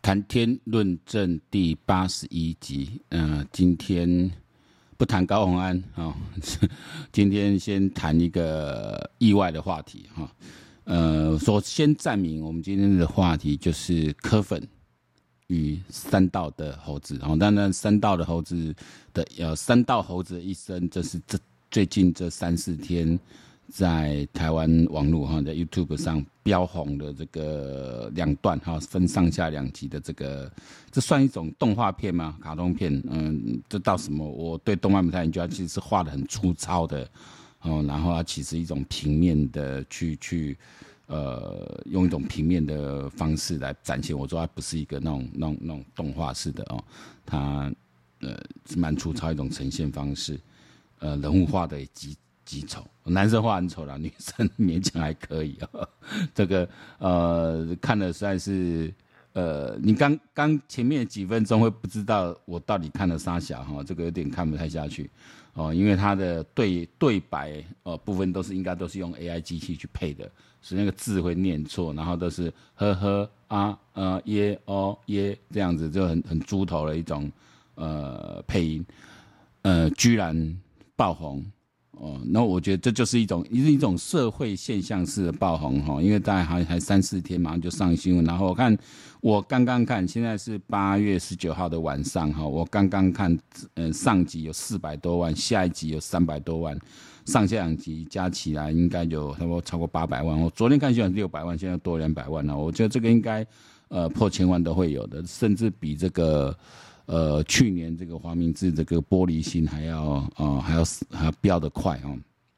谈天论政第81集，今天不谈高虹安哦，今天先谈一个意外的话题哈。首先暂明，我们今天的话题就是柯粉与山道的猴子哦。当然，山道猴子的一生，这是最近这3-4天在台湾网络哈，在 YouTube 上飙红的这个2段哈，分上下2集的这算一种动画片吗？卡通片？这到什么？我对动漫不太研究，它其实是画的很粗糙的哦，然后它其实一种平面的去用一种平面的方式来展现。我说它不是一个那种动画式的哦，它是蛮粗糙一种呈现方式，人物画的也极丑，男生画很丑啦，女生勉强还可以哦。这个看了实在是你刚前面几分钟会不知道我到底看了啥小哈，这个有点看不太下去哦，因为他的对白部分应该都是用 AI 机器去配的，所以那个字会念错，然后都是呵呵啊耶哦耶这样子，就很猪头的一种配音，居然爆红。那我觉得这就是一种社会现象式的爆红哈，因为大概还3-4天马上就上新闻，然后我刚刚看，现在是8月19号的晚上哈，我刚刚看，上集有400多万，下一集有300多万，上下2集加起来应该有差不多超过800万。我昨天看新闻600万，现在多200万了，我觉得这个应该破1000万都会有的，甚至比这个。去年这个黄明志这个玻璃心还要飙得快哦。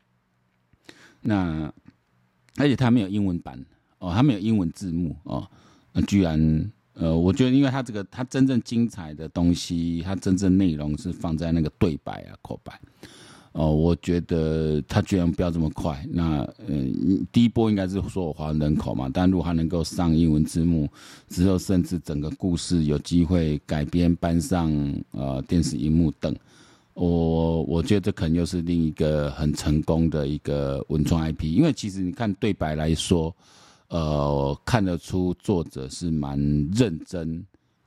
那而且他没有英文版哦，他没有英文字幕哦。那居然我觉得因为他真正精彩的东西，他真正内容是放在那个对白啊口白。我觉得他居然飙这么快，那第一波应该是说我华人人口嘛，但如果他能够上英文字幕之后，甚至整个故事有机会改编搬上电视荧幕等，我觉得这可能又是另一个很成功的一个文创 IP， 因为其实你看对白来说，看得出作者是蛮认真。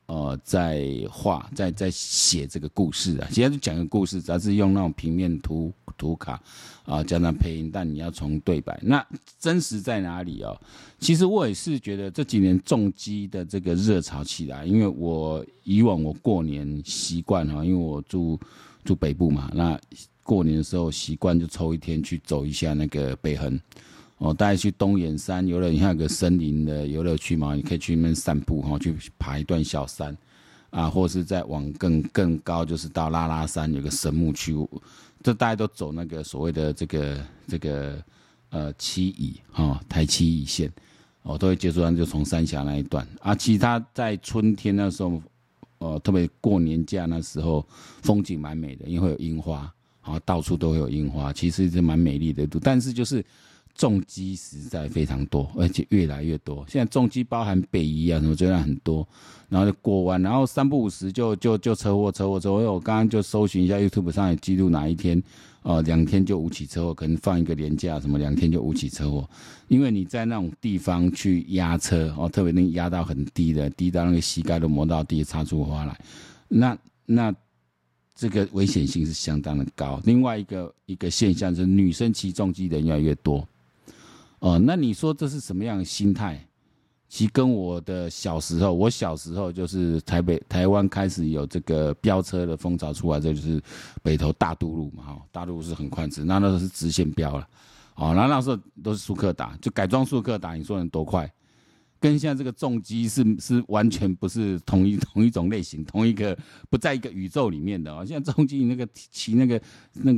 在写这个故事啊，其实就讲个故事，只要是用那种平面图卡加上配音，但你要从对白，那真实在哪里哦？其实我也是觉得这几年重机的这个热潮起来，因为以往我过年习惯哈，因为我住北部嘛，那过年的时候习惯就抽一天去走一下那个北横。大概去东眼山游乐园，还有个森林的游乐区嘛，你可以去那边散步去爬一段小山啊，或是再往更高，就是到拉拉山有个神木区，这大家都走那个所谓的这个七乙台七乙线都会接触到，就从三峡那一段啊。其他在春天那时候，特别过年假那时候，风景蛮美的，因为会有樱花到处都会有樱花，其实是蛮美丽的，但是就是重机实在非常多，而且越来越多。现在重机包含北宜啊什么，这样很多，然后就过弯，然后3不5时就车祸。因为我刚刚就搜寻一下 YouTube 上有记录哪一天，2天就5起车祸，可能放一个连假什么2天就5起车祸。因为你在那种地方去压车特别能压到很低的，低到那个膝盖都磨到地，擦出花来，那这个危险性是相当的高。另外一个现象就是女生骑重机的人越来越多。那你说这是什么样的心态？其实跟我小时候就是台湾开始有这个飙车的风潮出来，这就是北投大渡路嘛，大渡路是很宽直，那时候是直线飙了，那时候都是速克达，就改装速克达，你说能多快？跟现在这个重机是完全不是同一种类型，不在一个宇宙里面的现在重机那个骑那个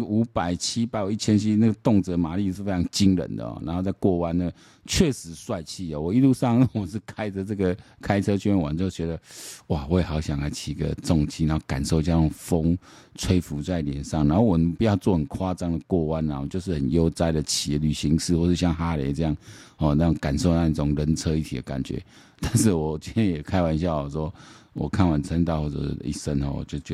500、700、1000cc 那个动辄马力是非常惊人的然后再过弯呢，确实帅气我一路上我是开车去玩，就觉得哇，我也好想来骑个重机，然后感受这样风吹拂在脸上，然后我们不要做很夸张的过弯，然后就是很悠哉的骑旅行式，或是像哈雷这样那种感受那种人车一体的感觉。但是我今天也开玩笑说，我看完陈大或者一生我就觉得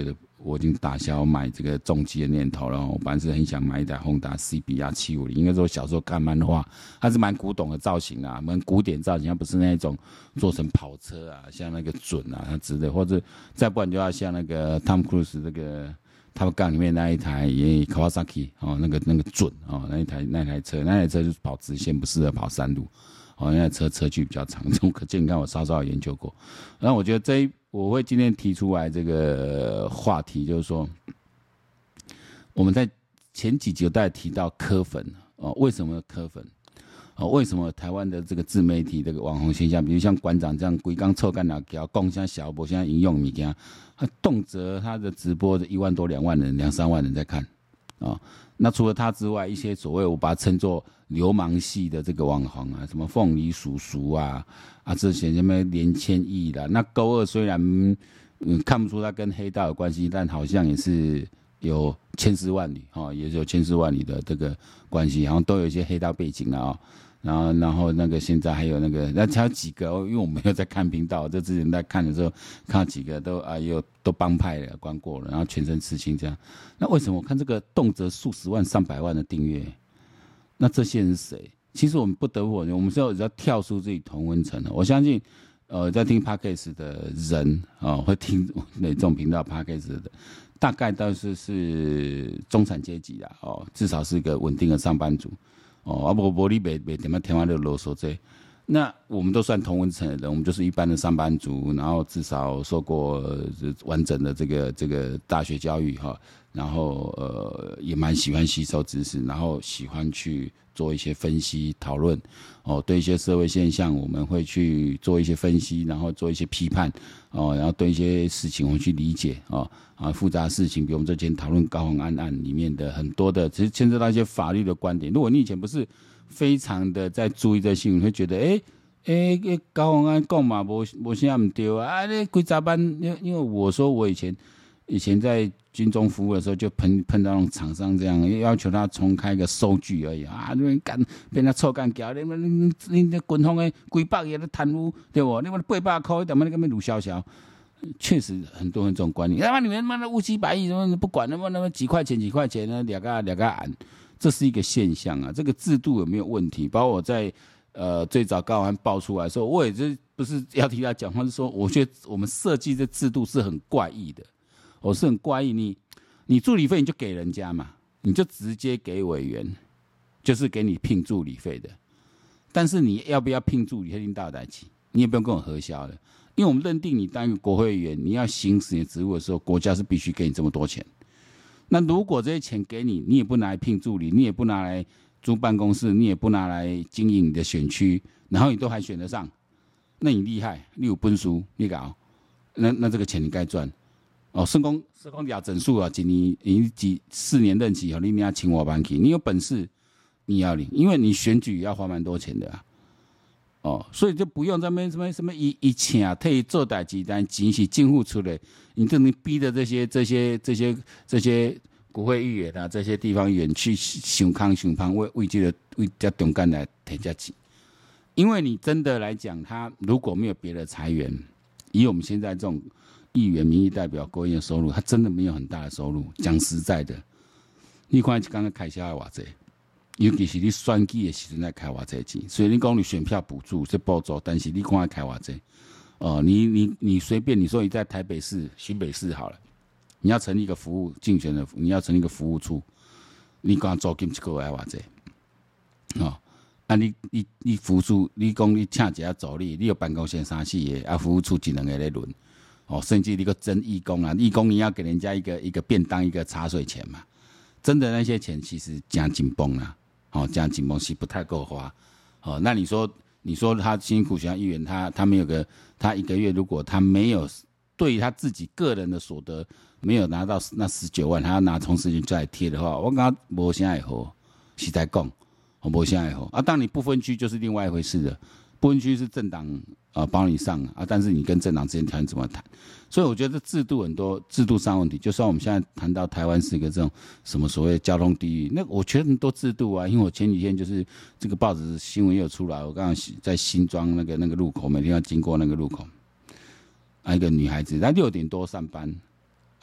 我已经打消买这个重机的念头了。我本来是很想买一台Honda CBR 750，应该说小时候看漫画，它是蛮古董的造型啊，蛮古典造型，它不是那种做成跑车啊，像那个准啊它之类，或者再不然就要像那个 Tom Cruise 这个。Top Gun 里面那一台也 Kawasaki 哦，那个准哦，那台车就是跑直线，不适合跑山路哦，那台车距比较长，这种可见你看我稍稍有研究过。然后我觉得我会今天提出来这个话题，就是说我们在前几集有大家提到柯粉哦，为什么柯粉？哦，为什么台湾的这个自媒体这个网红现象，比如像馆长这样规工臭干老胶，贡献小博现在引用物件，他动辄他的直播的1万多2万人、2、3万人在看啊、哦。那除了他之外，一些所谓我把它称作流氓系的这个网红啊，什么凤梨叔叔啊这些什么连千亿啦，那勾二虽然看不出他跟黑道有关系，但好像也是有千丝万缕哦，也是有千丝万缕的这个关系，好像都有一些黑道背景了哦。然后那个现在还有那个，那还有几个，因为我没有在看频道，这之前在看的时候看到几个都帮派了关过了，然后全身刺青这样。那为什么我看这个动辄数十万、上百万的订阅？那这些人是谁？其实我们不得不，我们是要跳出自己同温层的。我相信，在听 Podcast 的人会听这种频道 Podcast 的，大概都是中产阶级啦至少是一个稳定的上班族。不你别点么天花的啰嗦这，那我们都算同温层的人，我们就是一般的上班族，然后至少受过完整的这个大学教育然后也蛮喜欢吸收知识，然后喜欢去做一些分析讨论对一些社会现象我们会去做一些分析，然后做一些批判然后对一些事情我们去理解复杂的事情，比如我们之前讨论高虹安案里面的很多的，其实牵涉到一些法律的观点。如果你以前不是非常的在注意这新闻，会觉得高虹安讲嘛，无啥唔对你规早班，因为我说我以前在军中服务的时候，就碰到那种厂商这样要求他重开个收据而已那边干被他臭干掉，你军方的几百亿的贪污，对不？你们800块，怎么你根本鲁小小？确实很多人这种观念，你们妈的乌七百亿，不管那么几块钱呢，两个案，这是一个现象啊。这个制度有没有问题？包括我在最早高虹安爆出来的时候，我也是不是要替他讲话，是说我觉得我们设计这制度是很怪异的。是很怪异，你助理费你就给人家嘛，你就直接给委员，就是给你聘助理费的。但是你要不要聘助理费，大代志，你也不用跟我核销的，因为我们认定你当一个国会议员，你要行使你的职务的时候，国家是必须给你这么多钱。那如果这些钱给你，你也不拿来聘助理，你也不拿来租办公室，你也不拿来经营你的选区，然后你都还选得上，那你厉害，你有本事，你搞，那这个钱你该赚。社工俩整数啊，你4年任期你要请我班去，你有本事你要领，因为你选举要花蛮多钱的所以就不用在那边什么一请替做代志，但钱是政府出的，你这能逼的这些国会议员这些地方议员去想康为这中间来提这钱，因为你真的来讲，他如果没有别的财源，以我们现在这种议员、民意代表、国会议员的收入，他真的没有很大的收入。讲实在的，你看刚刚开销要多少，尤其是你选举的时阵在开多少钱。所以你讲你选票补助是补助，但是你看开多少你随便你说你在台北市、新北市好了，你要成立一个服务竞选的，你要成立一个服务处，你讲租金一个月要多少你服务处，你讲你请一个助理，你有办公室3-4个，服务处1-2个在轮。甚至你个征义工啊，义工你要给人家一个便当一个茶水钱嘛，真的那些钱其实真紧绷啦，真紧绷是不太够花，那你说他辛苦选议员，他没有他一个月如果他没有对于他自己个人的所得没有拿到那19万，他要拿从事情再来贴的话，我感觉没啥会好，实在讲，没啥会好当你不分区就是另外一回事了。不分区是政党帮你上但是你跟政党之间条件怎么谈？所以我觉得制度很多制度上问题。就算我们现在谈到台湾是一个这种什么所谓交通地狱，那我觉得很多制度因为我前几天就是这个报纸新闻也有出来，我刚刚在新庄那个路口，每天要经过那个路口，一个女孩子，她6点多上班，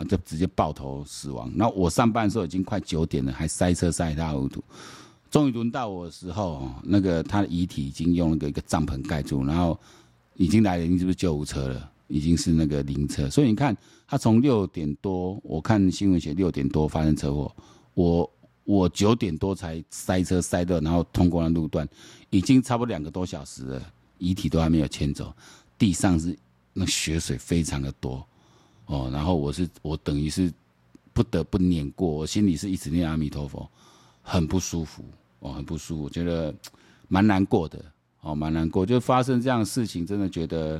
就直接爆头死亡。那我上班的时候已经快9点了，还塞车塞一塌糊涂。终于轮到我的时候，那个他的遗体已经用那个一个帐篷盖住，然后已经来了，是不是救护车了？已经是那个灵车。所以你看，他从6点多，我看新闻写6点多发生车祸，我9点多才塞车塞到，然后通过那路段，已经差不多2个多小时了，遗体都还没有牵走，地上是那血水非常的多哦。然后我等于是不得不念过，我心里是一直念阿弥陀佛，很不舒服哦，很不舒服，我觉得蛮难过的哦，蛮难过。就发生这样的事情，真的觉得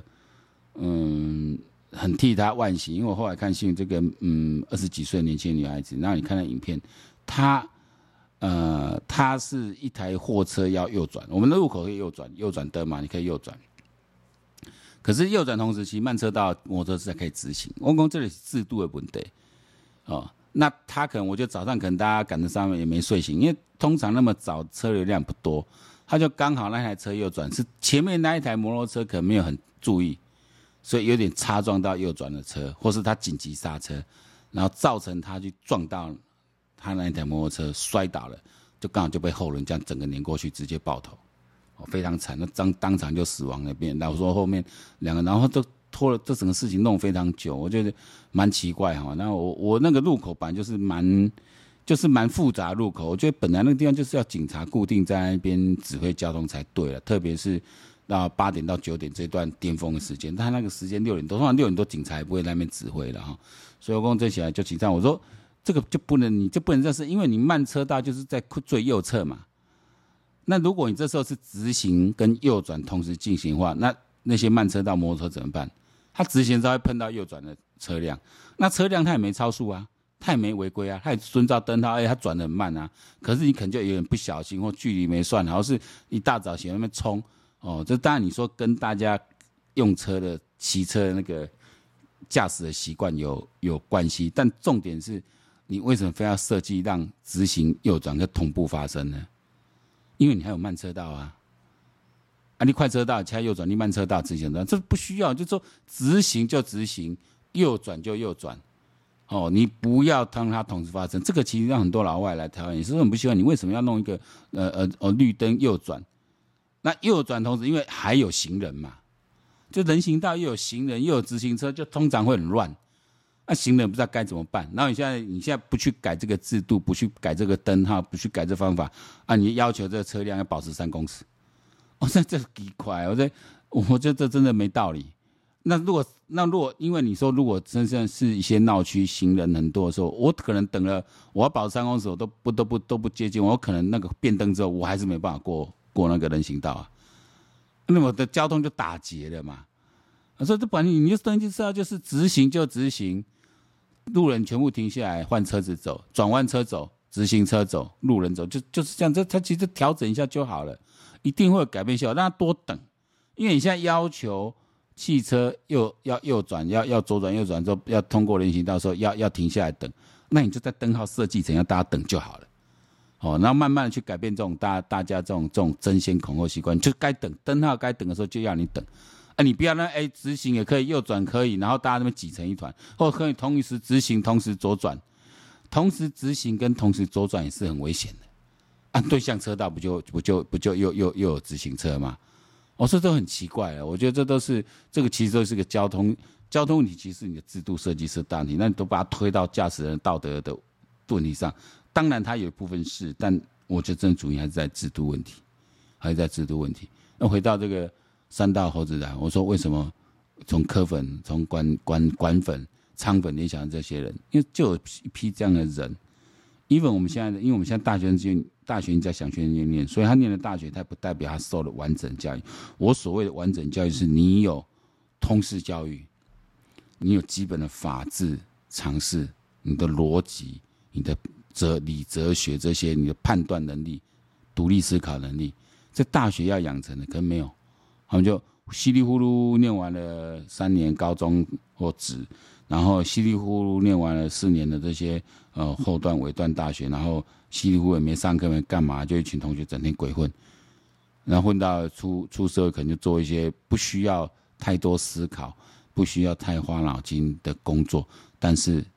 很替他惋惜。因为我后来看新闻，这个20几岁的年轻女孩子，然后你看那影片，它是一台货车要右转，我们的路口可以右转灯嘛，你可以右转。可是右转同时，其实慢车道摩托车才可以直行。我讲这里是制度的问题哦。那他可能，我觉得早上可能大家赶得上也没睡醒，因为通常那么早车流量不多，他就刚好那台车右转，是前面那一台摩托车可能没有很注意，所以有点擦撞到右转的车，或是他紧急刹车，然后造成他去撞到他那一台摩托车摔倒了，就刚好就被后轮这样整个碾过去，直接爆头，非常惨，那当场就死亡那边。然后说后面2个，然后都拖了这整个事情弄非常久，我觉得蛮奇怪哈。那我那个路口本来就是蛮复杂的路口，我觉得本来那个地方就是要警察固定在那边指挥交通才对了，特别是到8点到9点这段巅峰的时间，但那个时间6点多，通常6点多警察也不会在那边指挥了哈。所以我讲这起来就警察，我说这个就不能，你就不能这样，因为你慢车道就是在最右侧嘛。那如果你这时候是直行跟右转同时进行的话，那些慢车道摩托车怎么办？他直行之后会碰到右转的车辆，那车辆他也没超速啊，他也没违规啊，他也遵照灯号，他转得很慢啊。可是你可能就有点不小心或距离没算好，是一大早起来那边冲哦。这当然你说跟大家用车的骑车的那个驾驶的习惯有关系，但重点是你为什么非要设计让直行右转跟同步发生呢？因为你还有慢车道啊，你快车道切右转，你慢车道直行的，这不需要，就是说直行就直行，右转就右转，哦，你不要让它同时发生。这个其实让很多老外来台湾也是很不喜欢，你为什么要弄一个绿灯右转？那右转同时，因为还有行人嘛，就人行道又有行人又有直行车，就通常会很乱。那行人不知道该怎么办，然后你现在不去改这个制度，不去改这个灯号，不去改这方法啊，你要求这个车辆要保持3公尺，这奇怪，我觉得这真的没道理。那如果因为你说如果真正是一些闹区行人很多的时候，我可能等了我要保持3公尺，我都不接近，我可能那个变灯之后，我还是没办法过那个人行道啊，那么我的交通就打结了嘛。所以这本来你就登记车就是直行就直行，路人全部停下来换车子走，转弯车走，直行车走，路人走，就是这样。它其实调整一下就好了，一定会有改变效果，让它多等。因为你现在要求汽车要右转，要左转右转之后要通过人行道的时候要停下来等，那你就在灯号设计成要大家等就好了。然后慢慢的去改变这种大家这种争先恐后习惯，就该等灯号该等的时候就要你等。你不要直行也可以，右转可以，然后大家那边挤成一团，或可以同时直行，同时左转，同时直行跟同时左转也是很危险的。对向车道不就又有直行车吗？这都很奇怪了。我觉得这个其实都是个交通问题，其实是你的制度设计是大问题，那你都把它推到驾驶人道德的问题上。当然它有一部分是，但我觉得真主因还是在制度问题，那回到这个3道猴子来，我说为什么从科粉、从管粉、仓粉联想到这些人？因为就有一批这样的人。因为我们现在大学在想学念，所以他念的大学，他不代表他受了完整教育。我所谓的完整教育，是你有通识教育，你有基本的法治常识，你的逻辑，你的理哲学这些，你的判断能力、独立思考能力，在大学要养成的，可能没有。他们就稀里糊涂念完了3年高中或职，然后稀里糊涂念完了4年的这些后段尾段大学，然后稀里糊涂也没上课没干嘛，就一群同学整天鬼混，然后混到出社会可能就做一些不需要太多思考、不需要太花脑筋的工作，但是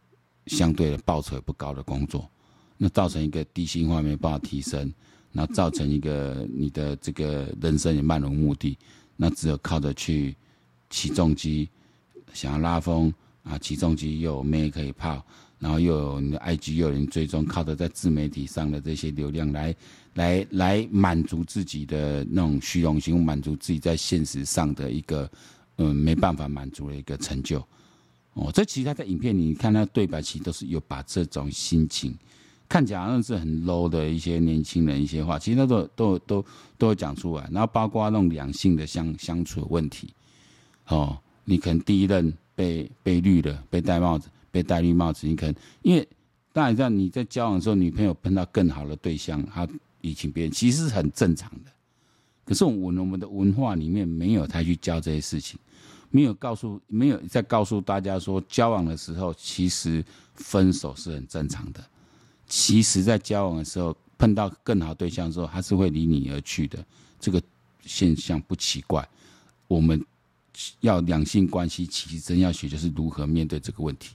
相对的报酬也不高的工作，那造成一个低薪化没办法提升，然后造成一个你的这个人生也漫无目的，那只有靠着去起重机，想要拉风啊，起重机又有妹可以泡，然后又有你的 IG 又有人追踪，靠着在自媒体上的这些流量来满足自己的那种虚荣心，满足自己在现实上的一个没办法满足的一个成就。哦，这其实他在影片里你看他的对白，其实都是有把这种心情看起来好像是很 low 的一些年轻人一些话，其实他都有讲出来，然后包括那种两性的相处的问题。哦，你可能第一任被绿了，被戴绿帽子，你可能因为当然这样你在交往的时候，女朋友碰到更好的对象，她移情别人，其实是很正常的。可是我们的文化里面没有太去教这些事情。没有在告诉大家说，交往的时候其实分手是很正常的。其实，在交往的时候碰到更好对象的时候，他是会离你而去的，这个现象不奇怪。我们要两性关系，其实真要学就是如何面对这个问题。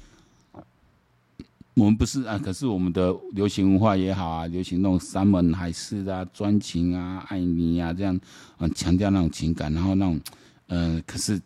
我们不是啊，可是我们的流行文化也好啊，流行那种山盟海誓啊、专情啊、爱你啊这样强调那种情感，然后那种可是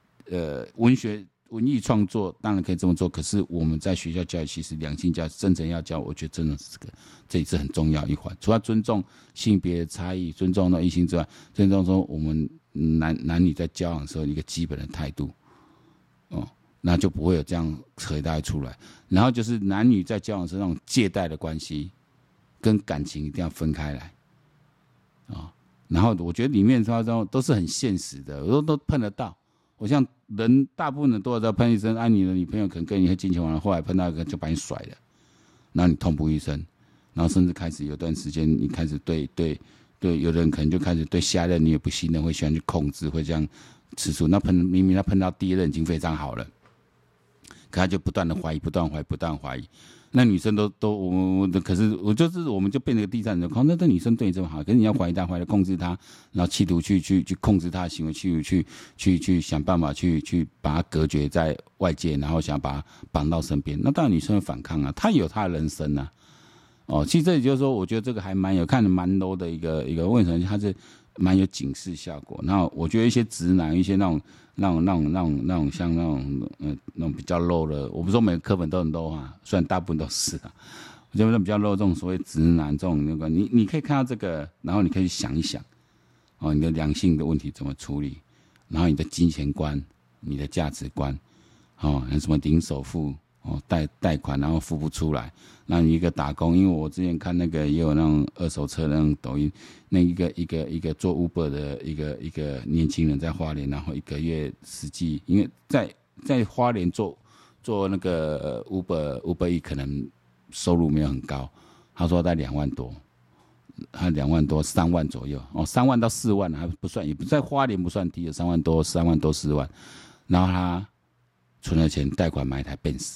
文艺创作当然可以这么做，可是我们在学校教育，其实两性教育真正要教，我觉得真的是这也是很重要一环。除了尊重性别的差异、尊重那异性之外，尊重说我们男女在交往的时候一个基本的态度，哦，那就不会有这样扯带出来。然后就是男女在交往的时候那种借贷的关系，跟感情一定要分开来，哦，然后我觉得里面都是很现实的，我都碰得到。我像人大部分人都有在喷一声，你的女朋友可能跟你喝金钱完了，后来碰到一个就把你甩了，然后你痛不欲生，然后甚至开始有段时间你开始对，有的人可能就开始对下一任女友不信任，会喜欢去控制，会这样吃醋。那明明他碰到第一任已经非常好了，可他就不断的怀疑，不断怀疑。那女生可是我们就变成个第三人空。那女生对你这么好，可是你要怀疑她，控制她，然后企图去控制她的行为，去想办法去把她隔绝在外界，然后想把她绑到身边。那当然女生会反抗啊，她有她的人生啊。哦，其实这里就是说，我觉得这个还蛮有看的蛮 low 的一个，为什么它是蛮有警示效果。然后我觉得一些直男，一些那种像那种比较 low 的，我不是说每个课本都很 low 啊，虽然大部分都是啊，我觉得比较 low 这种所谓直男这种你可以看到这个，然后你可以想一想，哦，你的良性的问题怎么处理，然后你的金钱观、你的价值观，哦，有什么零首付。哦，贷款然后付不出来，那你一个打工，因为我之前看那个也有那种二手车那种抖音，那一个做 Uber 的一个年轻人在花莲，然后一个月实际，因为在花莲做那个Uber 可能收入没有很高，他说在2万多，他2万多3万左右，哦，3万到4万还不算，也不在花莲不算低的，3万多4万，然后他存了钱贷款买一台Benz。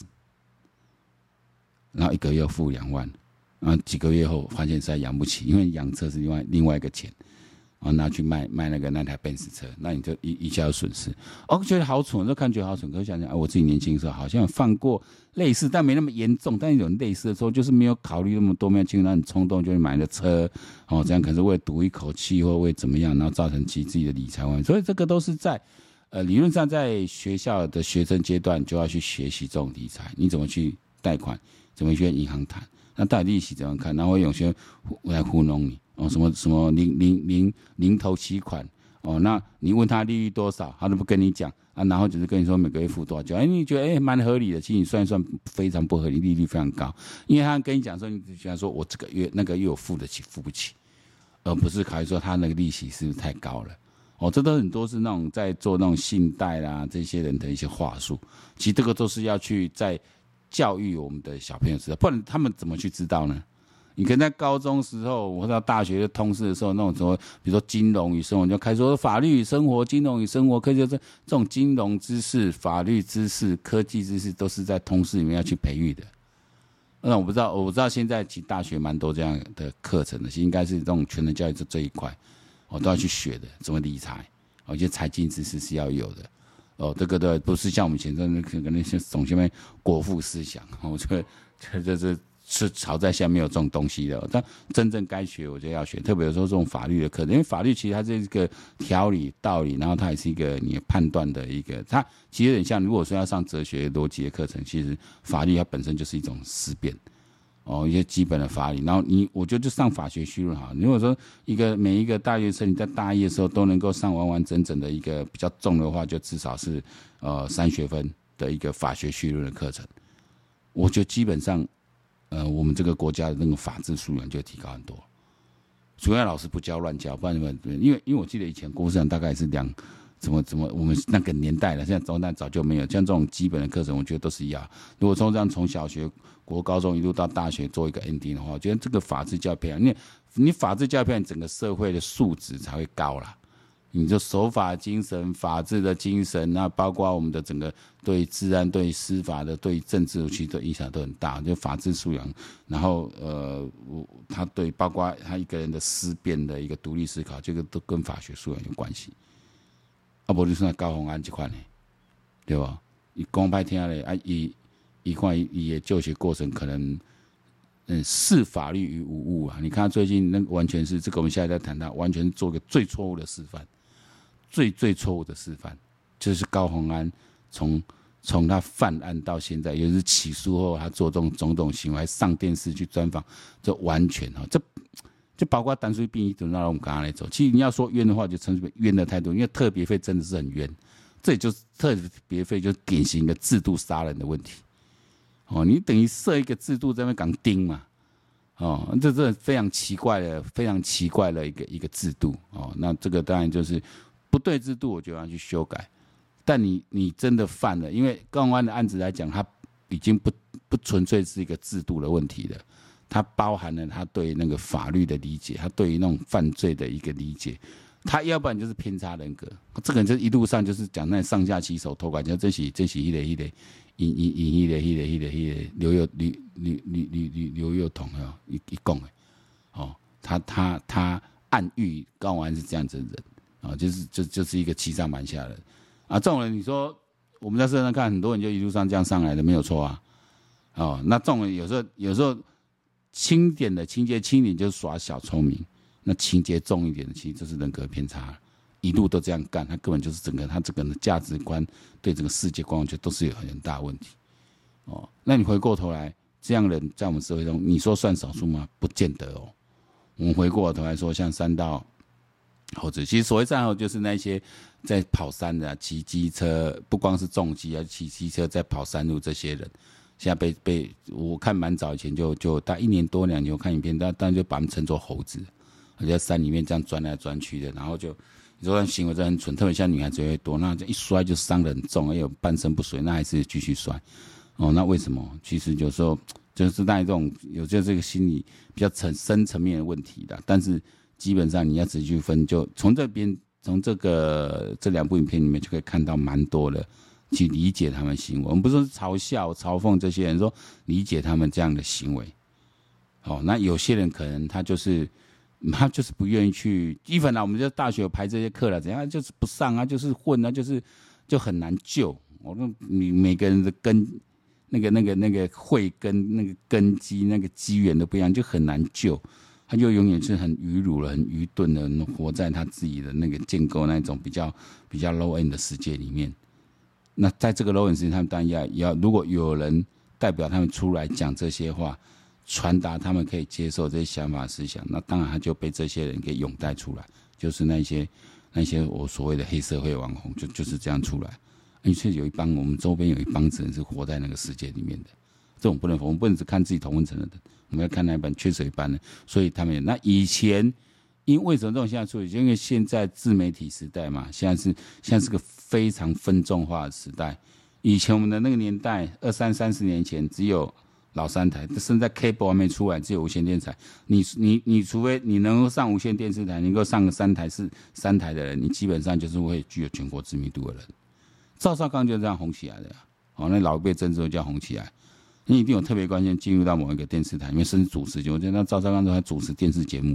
然后一个月付2万，然后几个月后发现实在养不起，因为养车是另外一个钱，然后拿去卖那台Benz车，那你就一下有损失。哦，觉得好蠢，就看觉得好蠢。可是想想我自己年轻的时候好像有犯过类似，但没那么严重，但有类似的时候，就是没有考虑那么多，没有清楚，很冲动就去买了车，哦，这样可是为了赌一口气或为怎么样，然后造成自己的理财问题。所以这个都是在理论上在学校的学生阶段就要去学习这种理财，你怎么去贷款。怎么去跟银行谈？那到底利息怎么看？然后有些来糊弄你哦，什么零头期款哦，那你问他利率多少，他都不跟你讲啊，然后只是跟你说每个月付多少钱，你觉得蛮合理的，其实你算一算非常不合理，利率非常高，因为他跟你讲说，你只觉得说我这个月那个月我付得起付不起，而不是考虑说他那个利息是不是太高了。哦，这都很多是那种在做那种信贷啦，这些人的一些话术，其实这个都是要去在。教育我们的小朋友知道，不然他们怎么去知道呢？你可能在高中时候，或者大学的通识的时候，那种什么，比如说金融与生活，就开始说法律与生活、金融与生活，科技这种金融知识、法律知识、科技知识，都是在通识里面要去培育的。那我不知道现在其实大学蛮多这样的课程的，应该是这种全人教育这一块，我都要去学的，怎么理财，一些财经知识是要有的。 这个的不是像我们以前可能是总什么国父思想，我觉得这是朝在下没有这种东西的。但真正该学，我觉得要学，特别有时候这种法律的课程，因为法律其实它是一个条理道理，然后它也是一个你判断的一个，它其实有点像，如果说要上哲学逻辑的课程，其实法律它本身就是一种思辨。一些基本的法理，然后我觉得就上法学绪论好。如果说每一个大学生你在大一的时候都能够上完完整整的一个比较重的话，就至少是3学分的一个法学绪论的课程，我觉得基本上我们这个国家的那个法治素养就会提高很多。主要老师不教乱教，不然因为我记得以前国史上大概是怎么我们那个年代了，现在早就没有像这种基本的课程，我觉得都是要。如果从小学、国高中一路到大学做一个 ending 的话，我觉得这个法治教育培养，你法治教育培养，整个社会的素质才会高啦。你就守法精神、法治的精神，那包括我们的整个对治安、对司法的、对政治其实的影响都很大。就法治素养，然后他对包括他一个人的思辨的一个独立思考，这个都跟法学素养有关系。不就是那高虹安这款呢，对吧？伊讲歹听咧，伊看伊的就学过程可能，视法律于无物啊！你看最近那完全是这个，我们现在在谈他，完全是做个最错误的示范，最错误的示范，就是高虹安从他犯案到现在，尤其是起诉后，他做这种种种行为，还上电视去专访，这完全就包括单纯病一等到我们刚刚来走。其实你要说冤的话，就陈水扁冤的太多，因为特别费真的是很冤，这也就是特别费就是典型的制度杀人的问题。你等于设一个制度在那边讲盯嘛，这是非常奇怪的一个制度。那这个当然就是不对制度，我就要去修改。但你真的犯了，因为高虹安的案子来讲，它已经不纯粹是一个制度的问题了。它包含了他对那个法律的理解，他对于那种犯罪的一个理解，他要不然就是偏差人格，这个人就一路上就是讲那上下其手偷拐，讲这是迄个刘幼彤一讲的，他暗喻高虹安是这样子的人就是一个欺上瞒下的人这种人你说我们在社会上看很多人就一路上这样上来的没有错啊，那这种人有时候。轻点的情节轻一点就是耍小聪明，那情节重一点的其实就是人格偏差，一路都这样干，他根本就是他这个人的价值观对整个世界观，我觉得都是有很大的问题。那你回过头来，这样的人在我们社会中，你说算少数吗？不见得哦。我们回过头来说，像山道猴子，其实所谓山道就是那些在跑山的骑机车，不光是重机骑机车在跑山路这些人。现在被我看蛮早以前就大概1年多2年，我看影片，但就把他们称作猴子，在山里面这样钻来钻去的，然后就你说他行为真的很蠢，特别像女孩子会多，那一摔就伤得很重，也有半身不遂，那还是继续摔。那为什么？其实有时候就是在这种有这个心理比较深层面的问题的，但是基本上你要仔细去分，就从这2部影片里面就可以看到蛮多的。去理解他们行为，我们不是嘲笑、嘲讽这些人，说理解他们这样的行为。那有些人可能他就是不愿意去。even我们在大学有排这些课了，怎样就是不上就是混就很难救。你每个人的那个慧根、那个根基、那个机缘都不一样，就很难救。他就永远是很愚鲁了、很愚钝的，活在他自己的那个建构那种比较 low end 的世界里面。那在这个 low end 时间，他们当然要如果有人代表他们出来讲这些话，传达他们可以接受这些想法思想，那当然他就被这些人给拥戴出来，就是那些我所谓的黑社会网红，就是这样出来。因为确实我们周边有一帮子人是活在那个世界里面的，这种我们不能只看自己同温层的人，我们要看那一班确实有一班人，所以他们那以前。因为什么这种现在处理？因为现在自媒体时代嘛，现在是个非常分众化的时代。以前我们的那个年代，30年前只有老3台，现在 cable 还没出来，只有无线电台。你除非你能够上无线电视台，能够上个3台的人，你基本上就是会具有全国知名度的人。赵少康就这样红起来的那老一辈政治都这样红起来。你一定有特别关键进入到某一个电视台，因为甚至主持节目，那赵少康都还主持电视节目。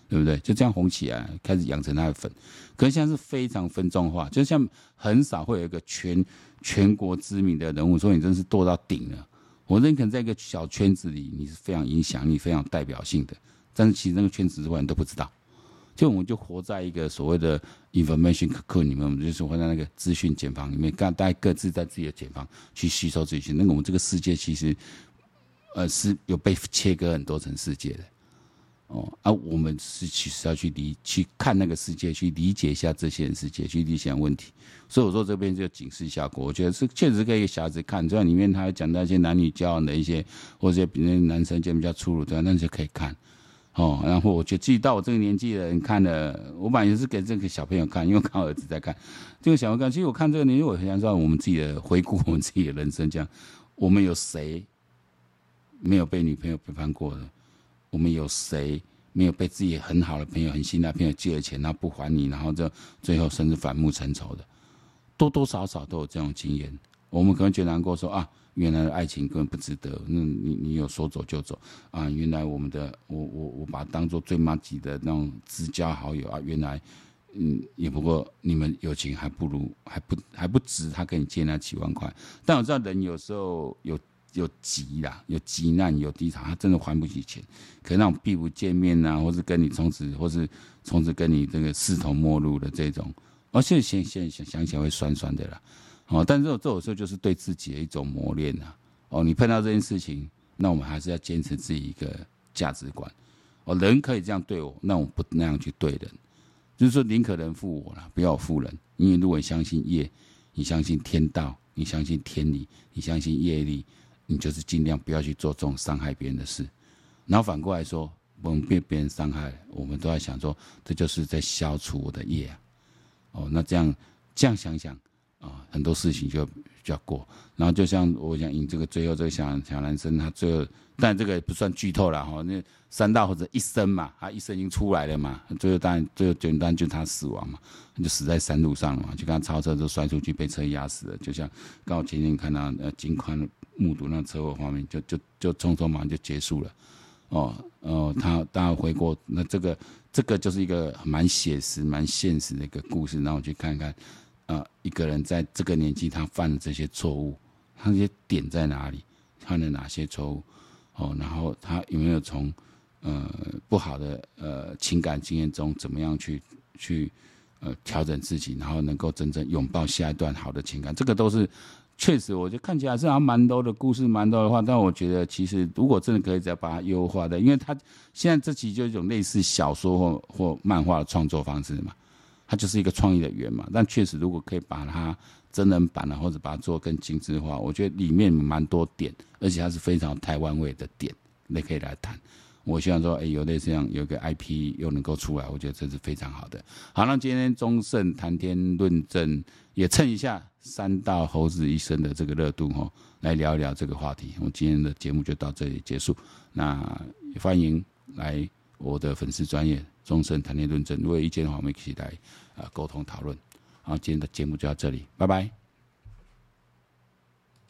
对不对？就这样红起来，开始养成他的粉。可是现在是非常分众化，就像很少会有一个全国知名的人物说你真是剁到顶了。我认可能在一个小圈子里，你是非常影响力、非常有代表性的，但是其实那个圈子之外人都不知道。就我们就活在一个所谓的 information cocoon 里面，我们就是活在那个资讯茧房里面，大家各自在自己的茧房去吸收资讯。那个我们这个世界其实，是有被切割很多层世界的。我们是其实要去看那个世界，去理解一下这些人世界，去理解问题。所以我说这边就警示效果，我觉得是确实可以给小孩子看。虽然里面他会讲到一些男女交往的一些，或者比如男生比较粗鲁的，那就可以看。然后我觉得自己到我这个年纪的人看了，我本来也是给这个小朋友看，因为我看我儿子在看，这个小朋友看。其实我看这个年纪，我很想知道我们自己的回顾，我们自己的人生，这样我们有谁没有被女朋友背叛过的？我们有谁没有被自己很好的朋友、很信赖的朋友借了钱，然后不还你，然后就最后甚至反目成仇的？多多少少都有这种经验。我们可能觉得难过说啊，原来的爱情根本不值得，那你有说走就走啊？原来我们的我把它当作最麻吉的那种知交好友啊，原来也不过你们友情还不值他跟你借那几万块。但我知道人有时候有急啦，有急难，有低潮，他真的还不起钱。可能那种避不见面啊，或是跟你从此跟你这个势同陌路的这种，现在想起来会酸酸的啦。但是这种时候就是对自己的一种磨练啊。你碰到这件事情，那我们还是要坚持自己一个价值观。人可以这样对我，那我不那样去对人。就是说，宁可人负我啦，不要我负人。因为如果你相信业，你相信天道，你相信天理，你相信业力，你就是尽量不要去做这种伤害别人的事。然后反过来说，我们被别人伤害，我们都在想说，这就是在消除我的业啊。那这样想想很多事情就要过。然后就像我想引这个最后这个小男生，他最后，但这个也不算剧透啦那3道或者一生嘛，他一生已经出来了嘛，最后简单就是他死亡嘛，他就死在山路上了嘛，就跟他超车就摔出去被车压死了。就像刚好前天看到金宽目睹那车祸画面，就匆匆忙就结束了。他当然回过，那这个就是一个蛮写实蛮现实的一个故事。然后去看看一个人在这个年纪他犯了这些错误，他这些点在哪里，犯了哪些错误然后他有没有从不好的情感经验中怎么样去调整自己，然后能够真正拥抱下一段好的情感。这个都是确实我觉得看起来是好像蛮多的故事，蛮多的话，但我觉得其实如果真的可以再把它优化的，因为它现在这期就一种类似小说或漫画的创作方式嘛，它就是一个创意的源嘛。但确实如果可以把它真人版或者把它做更精致化，我觉得里面蛮多点，而且它是非常台湾味的点，你可以来谈。我希望说，有类似这样有一个 IP 又能够出来，我觉得这是非常好的。好，那今天中盛谈天论政，也蹭一下3道猴子一生的这个热度来聊一聊这个话题。我今天的节目就到这里结束。那也欢迎来我的粉丝专页中盛谈天论政，如果有意见的话，我们一起来沟通讨论。好，今天的节目就到这里，拜拜。